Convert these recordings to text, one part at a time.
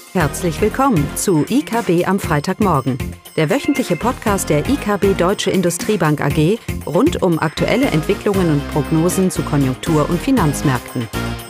Herzlich willkommen zu IKB am Freitagmorgen, der wöchentliche Podcast der IKB Deutsche Industriebank AG rund um aktuelle Entwicklungen und Prognosen zu Konjunktur- und Finanzmärkten.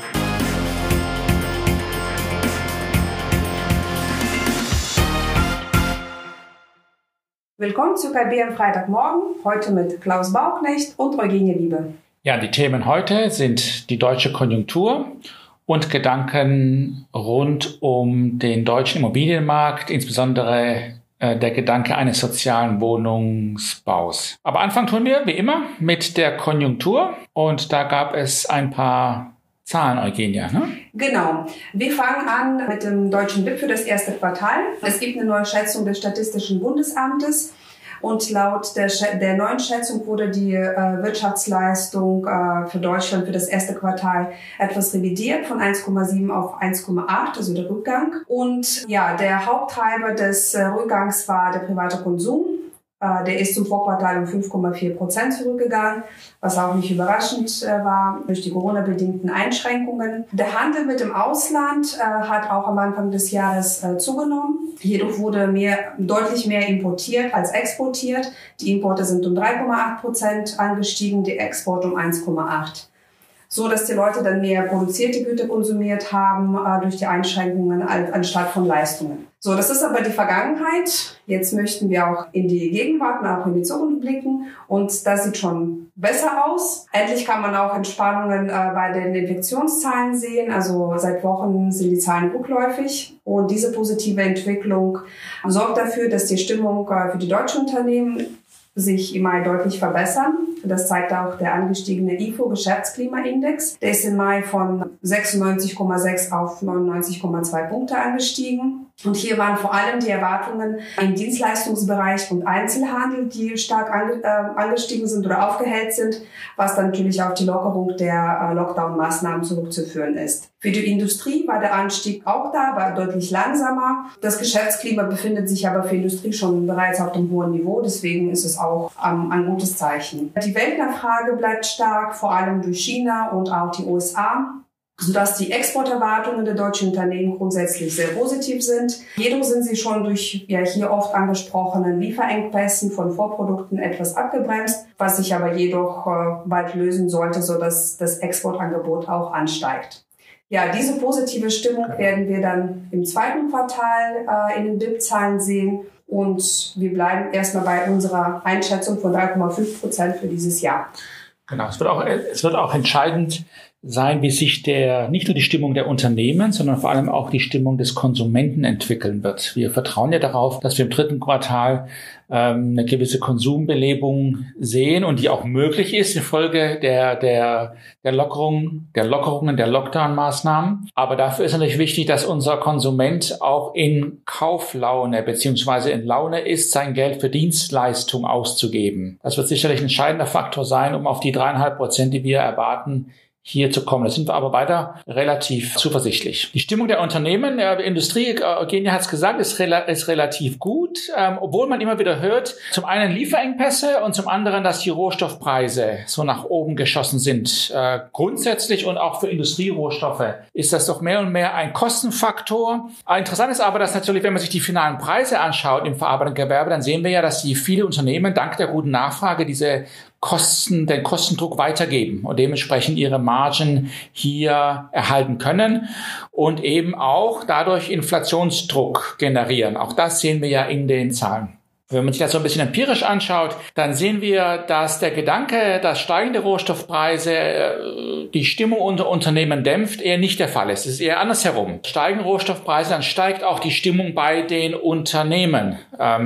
Willkommen zu IKB am Freitagmorgen, heute mit Klaus Bauknecht und Eugenie Liebe. Ja, die Themen heute sind die deutsche Konjunktur und Gedanken rund um den deutschen Immobilienmarkt, insbesondere der Gedanke eines sozialen Wohnungsbaus. Aber anfangen tun wir, wie immer, mit der Konjunktur. Und da gab es ein paar Zahlen, Eugenie, ne? Genau. Wir fangen an mit dem deutschen BIP für das erste Quartal. Es gibt eine neue Schätzung des Statistischen Bundesamtes. Und laut der neuen Schätzung wurde die Wirtschaftsleistung für Deutschland für das erste Quartal etwas revidiert von 1,7 auf 1,8, also der Rückgang. Und ja, der Haupttreiber des Rückgangs war der private Konsum. Der ist zum Vorquartal um 5,4% zurückgegangen, was auch nicht überraschend war durch die Corona-bedingten Einschränkungen. Der Handel mit dem Ausland hat auch am Anfang des Jahres zugenommen. Jedoch wurde deutlich mehr importiert als exportiert. Die Importe sind um 3,8% angestiegen, die Exporte um 1,8%. So, dass die Leute dann mehr produzierte Güter konsumiert haben durch die Einschränkungen anstatt von Leistungen. So, das ist aber die Vergangenheit. Jetzt möchten wir auch in die Gegenwart und auch in die Zukunft blicken. Und das sieht schon besser aus. Endlich kann man auch Entspannungen bei den Infektionszahlen sehen. Also seit Wochen sind die Zahlen rückläufig. Und diese positive Entwicklung sorgt dafür, dass die Stimmung für die deutschen Unternehmen sich im Mai deutlich verbessern. Das zeigt auch der angestiegene IFO-Geschäftsklimaindex. Der ist im Mai von 96,6 auf 99,2 Punkte angestiegen. Und hier waren vor allem die Erwartungen im Dienstleistungsbereich und Einzelhandel, die stark angestiegen sind oder aufgehellt sind, was dann natürlich auf die Lockerung der Lockdown-Maßnahmen zurückzuführen ist. Für die Industrie war der Anstieg auch da, aber deutlich langsamer. Das Geschäftsklima befindet sich aber für Industrie schon bereits auf einem hohen Niveau, deswegen ist es auch ein gutes Zeichen. Die Weltnachfrage bleibt stark, vor allem durch China und auch die USA, sodass die Exporterwartungen der deutschen Unternehmen grundsätzlich sehr positiv sind. Jedoch sind sie schon durch hier oft angesprochenen Lieferengpässen von Vorprodukten etwas abgebremst, was sich aber jedoch bald lösen sollte, sodass das Exportangebot auch ansteigt. Ja, diese positive Stimmung werden wir dann im zweiten Quartal in den BIP-Zahlen sehen. Und wir bleiben erstmal bei unserer Einschätzung von 3,5% für dieses Jahr. Genau, es wird auch entscheidend sein, wie sich nicht nur die Stimmung der Unternehmen, sondern vor allem auch die Stimmung des Konsumenten entwickeln wird. Wir vertrauen ja darauf, dass wir im dritten Quartal eine gewisse Konsumbelebung sehen und die auch möglich ist infolge der Lockerungen, der Lockdown-Maßnahmen. Aber dafür ist natürlich wichtig, dass unser Konsument auch in Kauflaune beziehungsweise in Laune ist, sein Geld für Dienstleistungen auszugeben. Das wird sicherlich ein entscheidender Faktor sein, um auf die 3,5%, die wir erwarten, hier zu kommen. Da sind wir aber weiter relativ zuversichtlich. Die Stimmung der Unternehmen, der Industrie, Eugenie hat es gesagt, ist relativ gut, obwohl man immer wieder hört, zum einen Lieferengpässe und zum anderen, dass die Rohstoffpreise so nach oben geschossen sind. Grundsätzlich und auch für Industrierohstoffe ist das doch mehr und mehr ein Kostenfaktor. Interessant ist aber, dass natürlich, wenn man sich die finalen Preise anschaut im verarbeitenden Gewerbe, dann sehen wir ja, dass viele Unternehmen dank der guten Nachfrage den Kostendruck weitergeben und dementsprechend ihre Margen hier erhalten können und eben auch dadurch Inflationsdruck generieren. Auch das sehen wir ja in den Zahlen. Wenn man sich das so ein bisschen empirisch anschaut, dann sehen wir, dass der Gedanke, dass steigende Rohstoffpreise die Stimmung unter Unternehmen dämpft, eher nicht der Fall ist. Es ist eher andersherum. Steigen Rohstoffpreise, dann steigt auch die Stimmung bei den Unternehmen.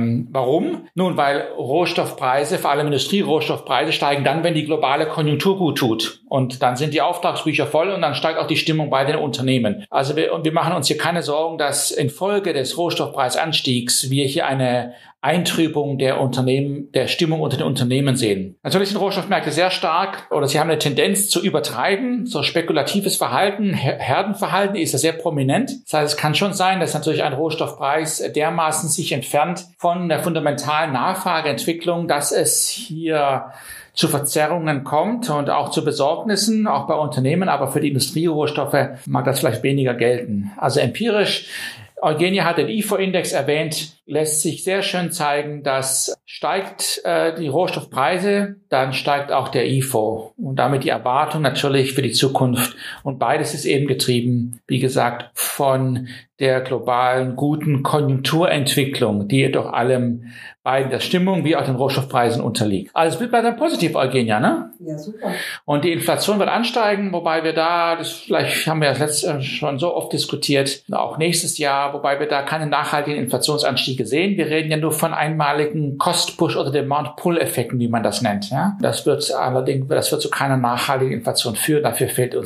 Warum? Nun, weil Rohstoffpreise, vor allem Industrierohstoffpreise, steigen dann, wenn die globale Konjunktur gut tut. Und dann sind die Auftragsbücher voll und dann steigt auch die Stimmung bei den Unternehmen. Also wir machen uns hier keine Sorgen, dass infolge des Rohstoffpreisanstiegs wir hier eine Eintrübung der Stimmung unter den Unternehmen sehen. Natürlich sind Rohstoffmärkte sehr stark oder sie haben eine Tendenz zu übertreiben. So spekulatives Verhalten, Herdenverhalten ist da sehr prominent. Das heißt, es kann schon sein, dass natürlich ein Rohstoffpreis dermaßen sich entfernt von der fundamentalen Nachfrageentwicklung, dass es hier zu Verzerrungen kommt und auch zu Besorgnissen, auch bei Unternehmen, aber für die Industrierohstoffe mag das vielleicht weniger gelten. Also empirisch Eugenia hat den IFO-Index erwähnt, lässt sich sehr schön zeigen, dass steigt die Rohstoffpreise, dann steigt auch der IFO und damit die Erwartung natürlich für die Zukunft. Und beides ist eben getrieben, wie gesagt, von der globalen guten Konjunkturentwicklung, die durch allem bei der Stimmung wie auch den Rohstoffpreisen unterliegt. Also es bleibt dann positiv, Eugenia, ne? Ja, super. Und die Inflation wird ansteigen, wobei wir da, das vielleicht haben wir das letzte schon so oft diskutiert, auch nächstes Jahr, wobei wir da keine nachhaltigen Inflationsanstiege sehen. Wir reden ja nur von einmaligen Cost-Push- oder Demand-Pull-Effekten, wie man das nennt. Ja? Das wird zu keiner nachhaltigen Inflation führen. Dafür fehlt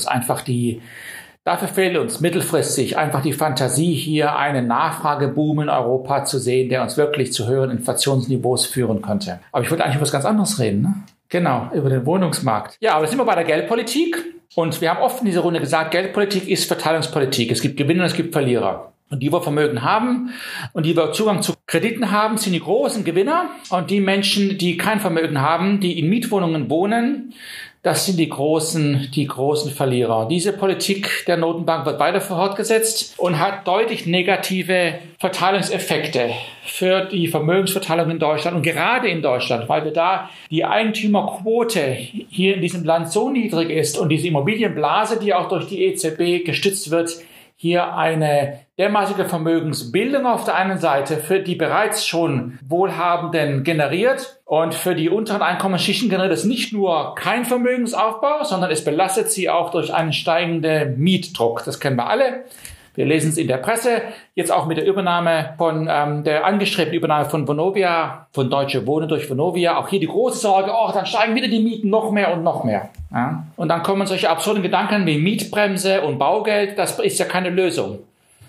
uns mittelfristig einfach die Fantasie, hier einen Nachfrageboom in Europa zu sehen, der uns wirklich zu höheren Inflationsniveaus führen könnte. Aber ich wollte eigentlich über was ganz anderes reden, ne? Genau, über den Wohnungsmarkt. Ja, aber jetzt sind wir bei der Geldpolitik. Und wir haben oft in dieser Runde gesagt, Geldpolitik ist Verteilungspolitik. Es gibt Gewinner und es gibt Verlierer. Und die wir Vermögen haben und die wir Zugang zu Krediten haben, sind die großen Gewinner. Und die Menschen, die kein Vermögen haben, die in Mietwohnungen wohnen, das sind die großen Verlierer. Diese Politik der Notenbank wird weiter fortgesetzt und hat deutlich negative Verteilungseffekte für die Vermögensverteilung in Deutschland und gerade in Deutschland, weil wir da die Eigentümerquote hier in diesem Land so niedrig ist und diese Immobilienblase, die auch durch die EZB gestützt wird, hier eine dermaßige Vermögensbildung auf der einen Seite für die bereits schon Wohlhabenden generiert und für die unteren Einkommensschichten generiert es nicht nur kein Vermögensaufbau, sondern es belastet sie auch durch einen steigenden Mietdruck. Das kennen wir alle. Wir lesen es in der Presse, jetzt auch mit der Übernahme der angestrebten Übernahme von Vonovia, von Deutsche Wohnen durch Vonovia. Auch hier die große Sorge, dann steigen wieder die Mieten noch mehr und noch mehr. Ja? Und dann kommen solche absurden Gedanken wie Mietbremse und Baugeld. Das ist ja keine Lösung.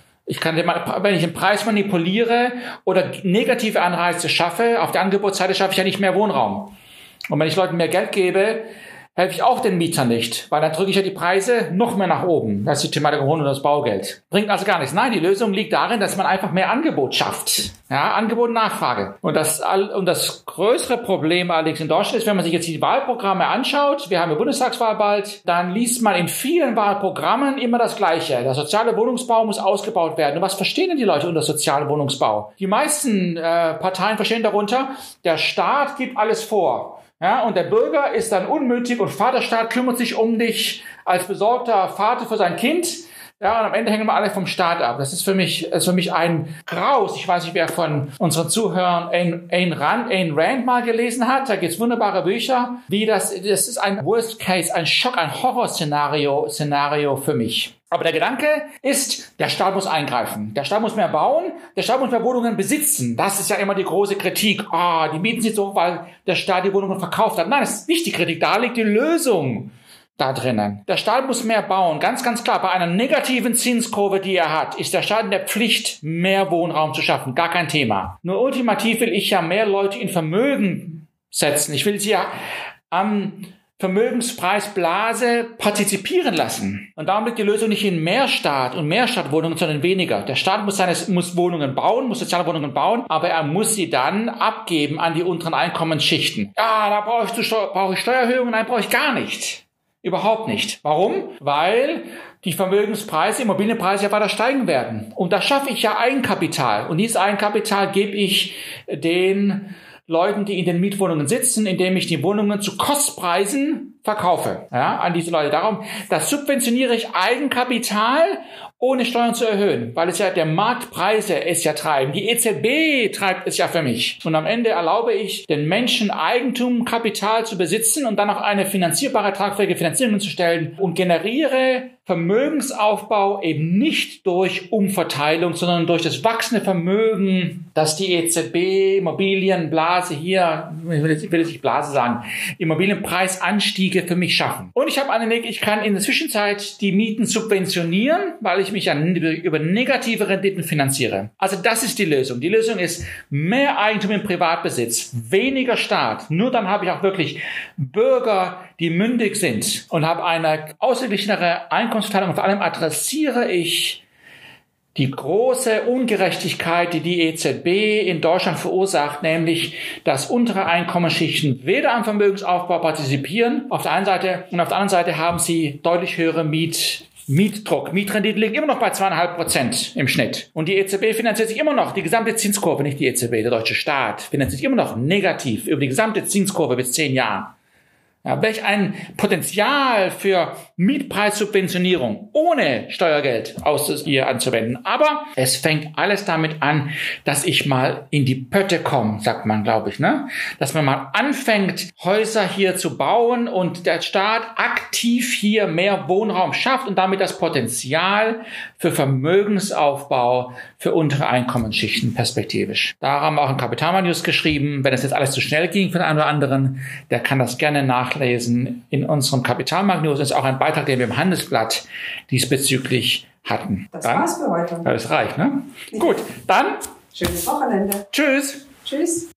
Wenn ich den Preis manipuliere oder negative Anreize schaffe, auf der Angebotsseite schaffe ich ja nicht mehr Wohnraum. Und wenn ich Leuten mehr Geld gebe, helfe ich auch den Mietern nicht, weil dann drücke ich ja die Preise noch mehr nach oben. Das ist die Thematik Wohnen und das Baugeld. Bringt also gar nichts. Nein, die Lösung liegt darin, dass man einfach mehr Angebot schafft. Ja, Angebot und Nachfrage. Und das größere Problem allerdings in Deutschland ist, wenn man sich jetzt die Wahlprogramme anschaut, wir haben eine Bundestagswahl bald, dann liest man in vielen Wahlprogrammen immer das Gleiche. Der soziale Wohnungsbau muss ausgebaut werden. Und was verstehen denn die Leute unter sozialen Wohnungsbau? Die meisten Parteien verstehen darunter, der Staat gibt alles vor. Ja, und der Bürger ist dann unmündig und Vaterstaat kümmert sich um dich als besorgter Vater für sein Kind. Ja, und am Ende hängen wir alle vom Staat ab. Das ist für mich ein Graus. Ich weiß nicht, wer von unseren Zuhörern Ayn Rand mal gelesen hat. Da gibt's wunderbare Bücher. Das ist ein Worst Case, ein Schock, ein Horrorszenario für mich. Aber der Gedanke ist, der Staat muss eingreifen. Der Staat muss mehr bauen. Der Staat muss mehr Wohnungen besitzen. Das ist ja immer die große Kritik. Die Mieten sind so, weil der Staat die Wohnungen verkauft hat. Nein, das ist nicht die Kritik. Da liegt die Lösung da drinnen. Der Staat muss mehr bauen. Ganz, ganz klar. Bei einer negativen Zinskurve, die er hat, ist der Staat in der Pflicht, mehr Wohnraum zu schaffen. Gar kein Thema. Nur ultimativ will ich ja mehr Leute in Vermögen setzen. Ich will sie ja am Vermögenspreisblase partizipieren lassen. Und darum liegt die Lösung nicht in mehr Staat und mehr Stadtwohnungen, sondern weniger. Der Staat muss Wohnungen bauen, muss soziale Wohnungen bauen, aber er muss sie dann abgeben an die unteren Einkommensschichten. Ja, da brauche ich Steuererhöhungen, nein, brauche ich gar nicht. Überhaupt nicht. Warum? Weil die Vermögenspreise, Immobilienpreise ja weiter steigen werden. Und da schaffe ich ja Eigenkapital. Und dieses Eigenkapital gebe ich den Leuten, die in den Mietwohnungen sitzen, indem ich die Wohnungen zu Kostpreisen verkaufe. Ja, an diese Leute. Darum, das subventioniere ich Eigenkapital, ohne Steuern zu erhöhen, weil es ja der Marktpreise es ja treiben. Die EZB treibt es ja für mich. Und am Ende erlaube ich den Menschen Eigentum, Kapital zu besitzen und dann auch eine finanzierbare, tragfähige Finanzierung zu stellen und generiere Vermögensaufbau eben nicht durch Umverteilung, sondern durch das wachsende Vermögen, das die EZB, Immobilienblase hier, ich will jetzt nicht Blase sagen, Immobilienpreisanstiege für mich schaffen. Und ich kann in der Zwischenzeit die Mieten subventionieren, weil ich mich ja über negative Renditen finanziere. Also das ist die Lösung. Die Lösung ist mehr Eigentum im Privatbesitz, weniger Staat. Nur dann habe ich auch wirklich Bürger, die mündig sind und habe eine ausgeglichenere Einkommensverteilung. Und vor allem adressiere ich die große Ungerechtigkeit, die die EZB in Deutschland verursacht, nämlich, dass untere Einkommensschichten weder am Vermögensaufbau partizipieren, auf der einen Seite, und auf der anderen Seite haben sie deutlich höhere Mietdruck. Mietrenditen liegen immer noch bei 2,5% im Schnitt. Und die EZB finanziert sich immer noch, die gesamte Zinskurve, nicht die EZB, der deutsche Staat, finanziert sich immer noch negativ über die gesamte Zinskurve bis 10 Jahren. Ja, welch ein Potenzial für Mietpreissubventionierung ohne Steuergeld hier anzuwenden. Aber es fängt alles damit an, dass ich mal in die Pötte komme, sagt man, glaube ich, ne? Dass man mal anfängt, Häuser hier zu bauen und der Staat aktiv hier mehr Wohnraum schafft und damit das Potenzial für Vermögensaufbau für untere Einkommensschichten perspektivisch. Da haben wir auch in Kapitalmarkt News geschrieben, wenn es jetzt alles zu schnell ging für den einen oder anderen, der kann das gerne nachlesen. In unserem Kapitalmarkt News ist auch ein Beitrag, den wir im Handelsblatt diesbezüglich hatten. Das war's für heute. Das reicht, ne? Ja. Gut, dann schönes Wochenende. Tschüss. Tschüss.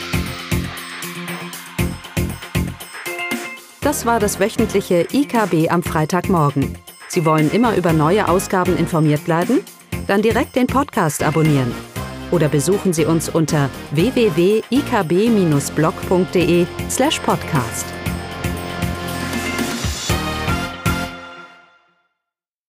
Das war das wöchentliche IKB am Freitagmorgen. Sie wollen immer über neue Ausgaben informiert bleiben? Dann direkt den Podcast abonnieren. Oder besuchen Sie uns unter www.ikb-blog.de/podcast.